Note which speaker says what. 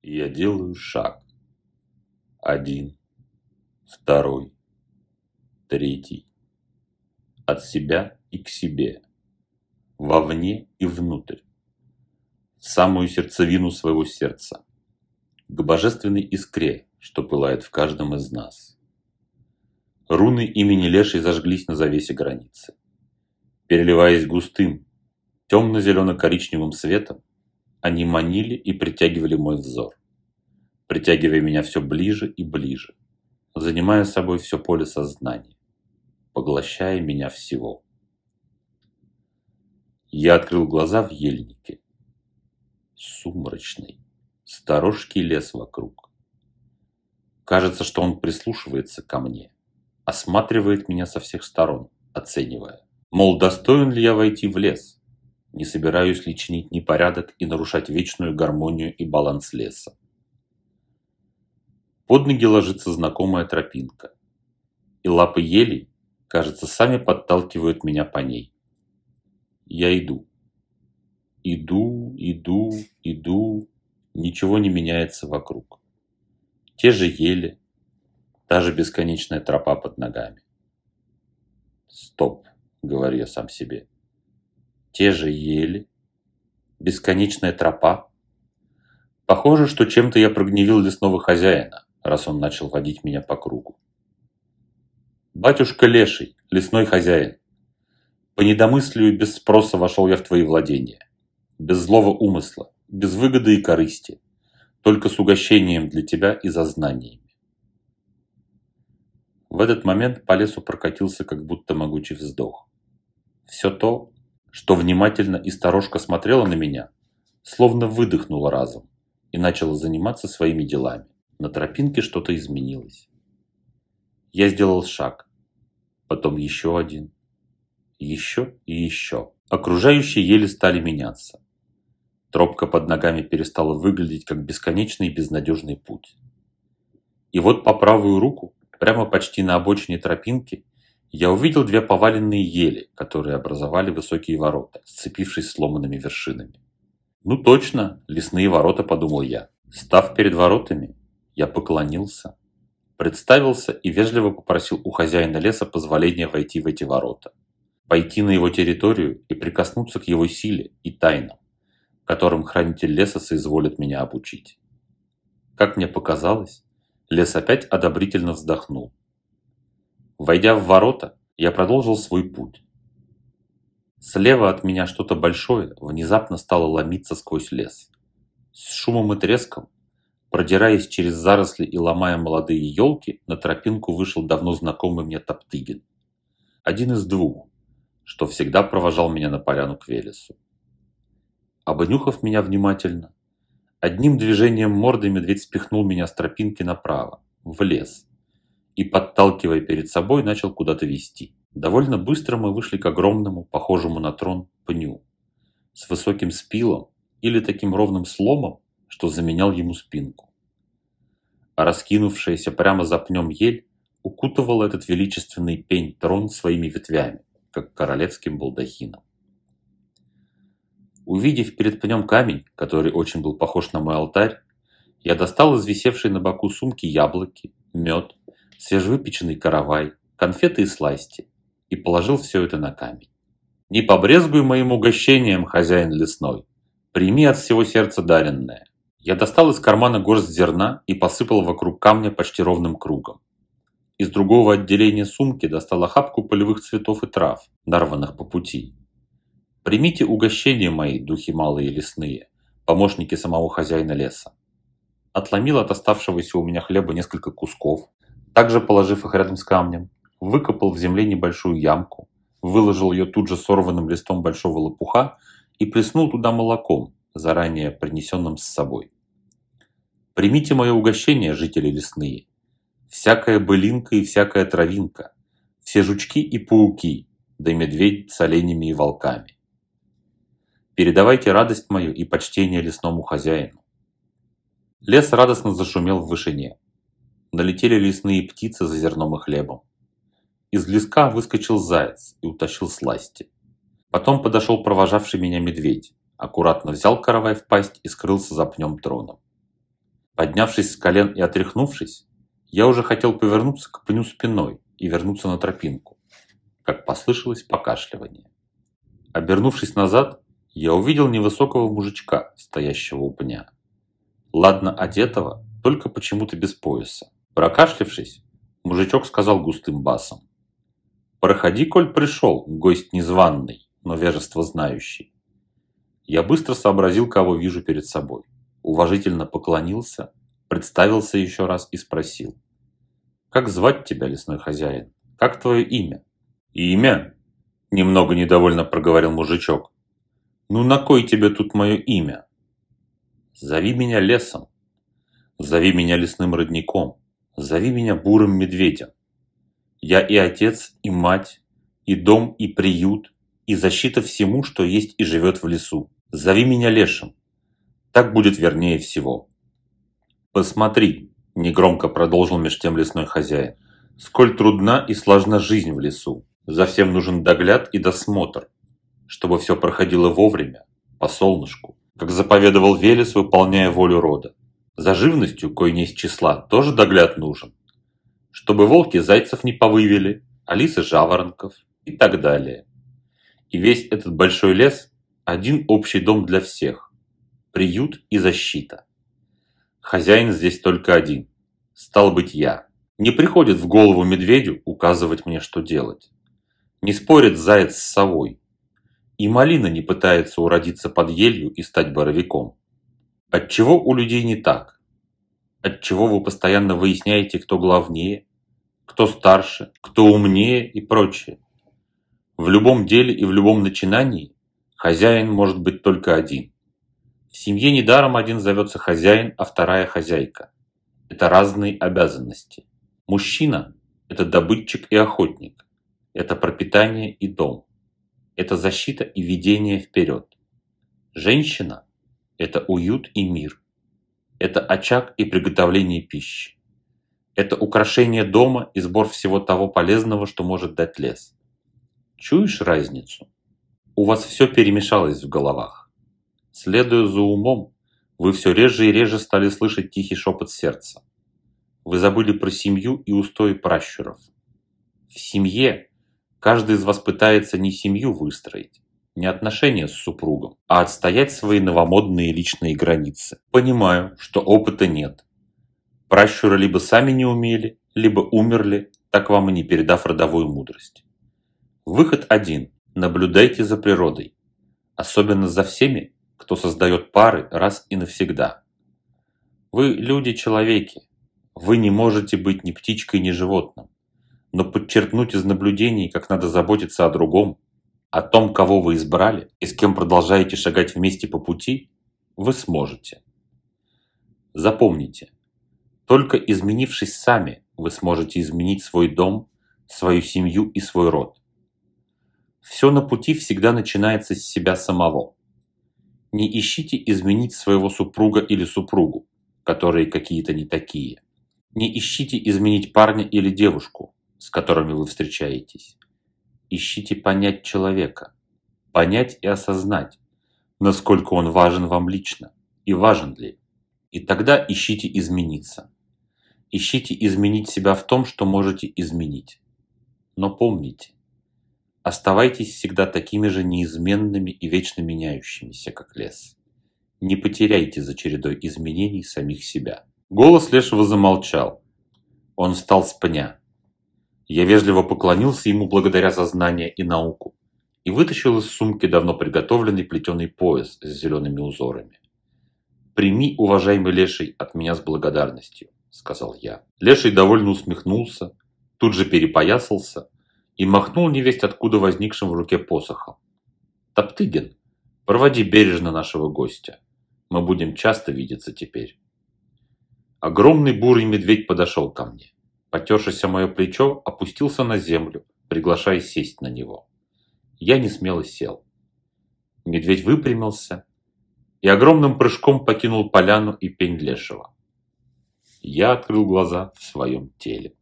Speaker 1: Я делаю шаг. 1, 2, 3. От себя и к себе. Вовне и внутрь. В самую сердцевину своего сердца. К божественной искре, что пылает в каждом из нас. Руны имени Лешей зажглись на завесе границы. Переливаясь густым, темно-зелено-коричневым светом, они манили и притягивали мой взор, притягивая меня все ближе и ближе, занимая собой все поле сознания, поглощая меня всего. Я открыл глаза в ельнике. Сумрачный, сторожкий лес вокруг. Кажется, что он прислушивается ко мне, осматривает меня со всех сторон, оценивая. Мол, достоин ли я войти в лес? Не собираюсь ли чинить непорядок и нарушать вечную гармонию и баланс леса? Под ноги ложится знакомая тропинка, и лапы елей, кажется, сами подталкивают меня по ней. Я иду. Иду, ничего не меняется вокруг. Те же ели, та же бесконечная тропа под ногами. Стоп, говорю я сам себе. Те же ели, бесконечная тропа. Похоже, что чем-то я прогневил лесного хозяина, раз он начал водить меня по кругу. Батюшка Леший, лесной хозяин, по недомыслию без спроса вошел я в твои владения. Без злого умысла, без выгоды и корысти, только с угощением для тебя и за знаниями. В этот момент по лесу прокатился как будто могучий вздох. Все то, что внимательно и сторожко смотрело на меня, словно выдохнуло разом и начало заниматься своими делами. На тропинке что-то изменилось. Я сделал шаг, потом еще один, еще и еще. Окружающие ели стали меняться. Тропка под ногами перестала выглядеть как бесконечный и безнадежный путь. И вот по правую руку, прямо почти на обочине тропинки, я увидел две поваленные ели, которые образовали высокие ворота, сцепившись сломанными вершинами. Ну точно, лесные ворота, подумал я. Став перед воротами, я поклонился, представился и вежливо попросил у хозяина леса позволения войти в эти ворота, пойти на его территорию и прикоснуться к его силе и тайнам, которым хранитель леса соизволит меня обучить. Как мне показалось, лес опять одобрительно вздохнул. Войдя в ворота, я продолжил свой путь. Слева от меня что-то большое внезапно стало ломиться сквозь лес. С шумом и треском, продираясь через заросли и ломая молодые елки, на тропинку вышел давно знакомый мне Топтыгин. Один из двух, что всегда провожал меня на поляну к Велесу. Обнюхав меня внимательно, одним движением морды медведь спихнул меня с тропинки направо, в лес, и, подталкивая перед собой, начал куда-то вести. Довольно быстро мы вышли к огромному, похожему на трон, пню, с высоким спилом или таким ровным сломом, что заменял ему спинку. А раскинувшаяся прямо за пнем ель укутывала этот величественный пень-трон своими ветвями, как королевским балдахином. Увидев перед пнем камень, который очень был похож на мой алтарь, я достал из висевшей на боку сумки яблоки, мед, свежевыпеченный каравай, конфеты и сласти и положил все это на камень. «Не побрезгуй моим угощением, хозяин лесной, прими от всего сердца даренное». Я достал из кармана горсть зерна и посыпал вокруг камня почти ровным кругом. Из другого отделения сумки достал охапку полевых цветов и трав, нарванных по пути. «Примите угощения мои, духи малые и лесные, помощники самого хозяина леса». Отломил от оставшегося у меня хлеба несколько кусков, также положив их рядом с камнем, выкопал в земле небольшую ямку, выложил ее тут же сорванным листом большого лопуха и плеснул туда молоком, заранее принесенным с собой. «Примите мое угощение, жители лесные, всякая былинка и всякая травинка, все жучки и пауки, да медведь с оленями и волками. Передавайте радость мою и почтение лесному хозяину». Лес радостно зашумел в вышине. Налетели лесные птицы за зерном и хлебом. Из леска выскочил заяц и утащил сласти. Потом подошел провожавший меня медведь, аккуратно взял каравай в пасть и скрылся за пнем троном. Поднявшись с колен и отряхнувшись, я уже хотел повернуться к пню спиной и вернуться на тропинку, как послышалось покашливание. Обернувшись назад, я увидел невысокого мужичка, стоящего у пня. Ладно одетого, только почему-то без пояса. Прокашлявшись, мужичок сказал густым басом: «Проходи, коль пришел, гость незваный, но вежество знающий». Я быстро сообразил, кого вижу перед собой. Уважительно поклонился, представился еще раз и спросил: «Как звать тебя, лесной хозяин? Как твое имя?» «Имя?» – немного недовольно проговорил мужичок. «Ну на кой тебе тут мое имя?» «Зови меня лесом, зови меня лесным родником, зови меня бурым медведем. Я и отец, и мать, и дом, и приют, и защита всему, что есть и живет в лесу. Зови меня лешим, так будет вернее всего». «Посмотри», – негромко продолжил меж тем лесной хозяин, – «сколь трудна и сложна жизнь в лесу. За всем нужен догляд и досмотр, чтобы все проходило вовремя, по солнышку, как заповедовал Велес, выполняя волю рода. За живностью, кой несть числа, тоже догляд нужен, чтобы волки зайцев не повывели, а лисы жаворонков и так далее. И весь этот большой лес – один общий дом для всех, приют и защита. Хозяин здесь только один, стал быть я. Не приходит в голову медведю указывать мне, что делать. Не спорит заяц с совой. И малина не пытается уродиться под елью и стать боровиком. Отчего у людей не так? Отчего вы постоянно выясняете, кто главнее, кто старше, кто умнее и прочее? В любом деле и в любом начинании хозяин может быть только один. В семье недаром один зовется хозяин, а вторая хозяйка. Это разные обязанности. Мужчина – это добытчик и охотник. Это пропитание и дом. Это защита и ведение вперед. Женщина – это уют и мир. Это очаг и приготовление пищи. Это украшение дома и сбор всего того полезного, что может дать лес. Чуешь разницу? У вас все перемешалось в головах. Следуя за умом, вы все реже и реже стали слышать тихий шепот сердца. Вы забыли про семью и устои пращуров. В семье каждый из вас пытается не семью выстроить, не отношения с супругом, а отстоять свои новомодные личные границы. Понимаю, что опыта нет. Пращуры либо сами не умели, либо умерли, так вам и не передав родовую мудрость. Выход один – наблюдайте за природой, особенно за всеми, кто создает пары раз и навсегда. Вы люди-человеки, вы не можете быть ни птичкой, ни животным. Но подчеркнуть из наблюдений, как надо заботиться о другом, о том, кого вы избрали и с кем продолжаете шагать вместе по пути, вы сможете. Запомните, только изменившись сами, вы сможете изменить свой дом, свою семью и свой род. Все на пути всегда начинается с себя самого. Не ищите изменить своего супруга или супругу, которые какие-то не такие. Не ищите изменить парня или девушку, с которыми вы встречаетесь. Ищите понять человека, понять и осознать, насколько он важен вам лично и важен ли. И тогда ищите измениться. Ищите изменить себя в том, что можете изменить. Но помните, оставайтесь всегда такими же неизменными и вечно меняющимися, как лес. Не потеряйте за чередой изменений самих себя. Голос лешего замолчал. Он встал с пня. Я вежливо поклонился ему благодаря за знания и науку и вытащил из сумки давно приготовленный плетеный пояс с зелеными узорами. «Прими, уважаемый леший, от меня с благодарностью», — сказал я. Леший довольно усмехнулся, тут же перепоясался и махнул невесть откуда возникшим в руке посохом. «Топтыгин, проводи бережно нашего гостя. Мы будем часто видеться теперь». Огромный бурый медведь подошел ко мне. Потершись о мое плечо, опустился на землю, приглашая сесть на него. Я несмело сел. Медведь выпрямился и огромным прыжком покинул поляну и пень лешего. Я открыл глаза в своем теле.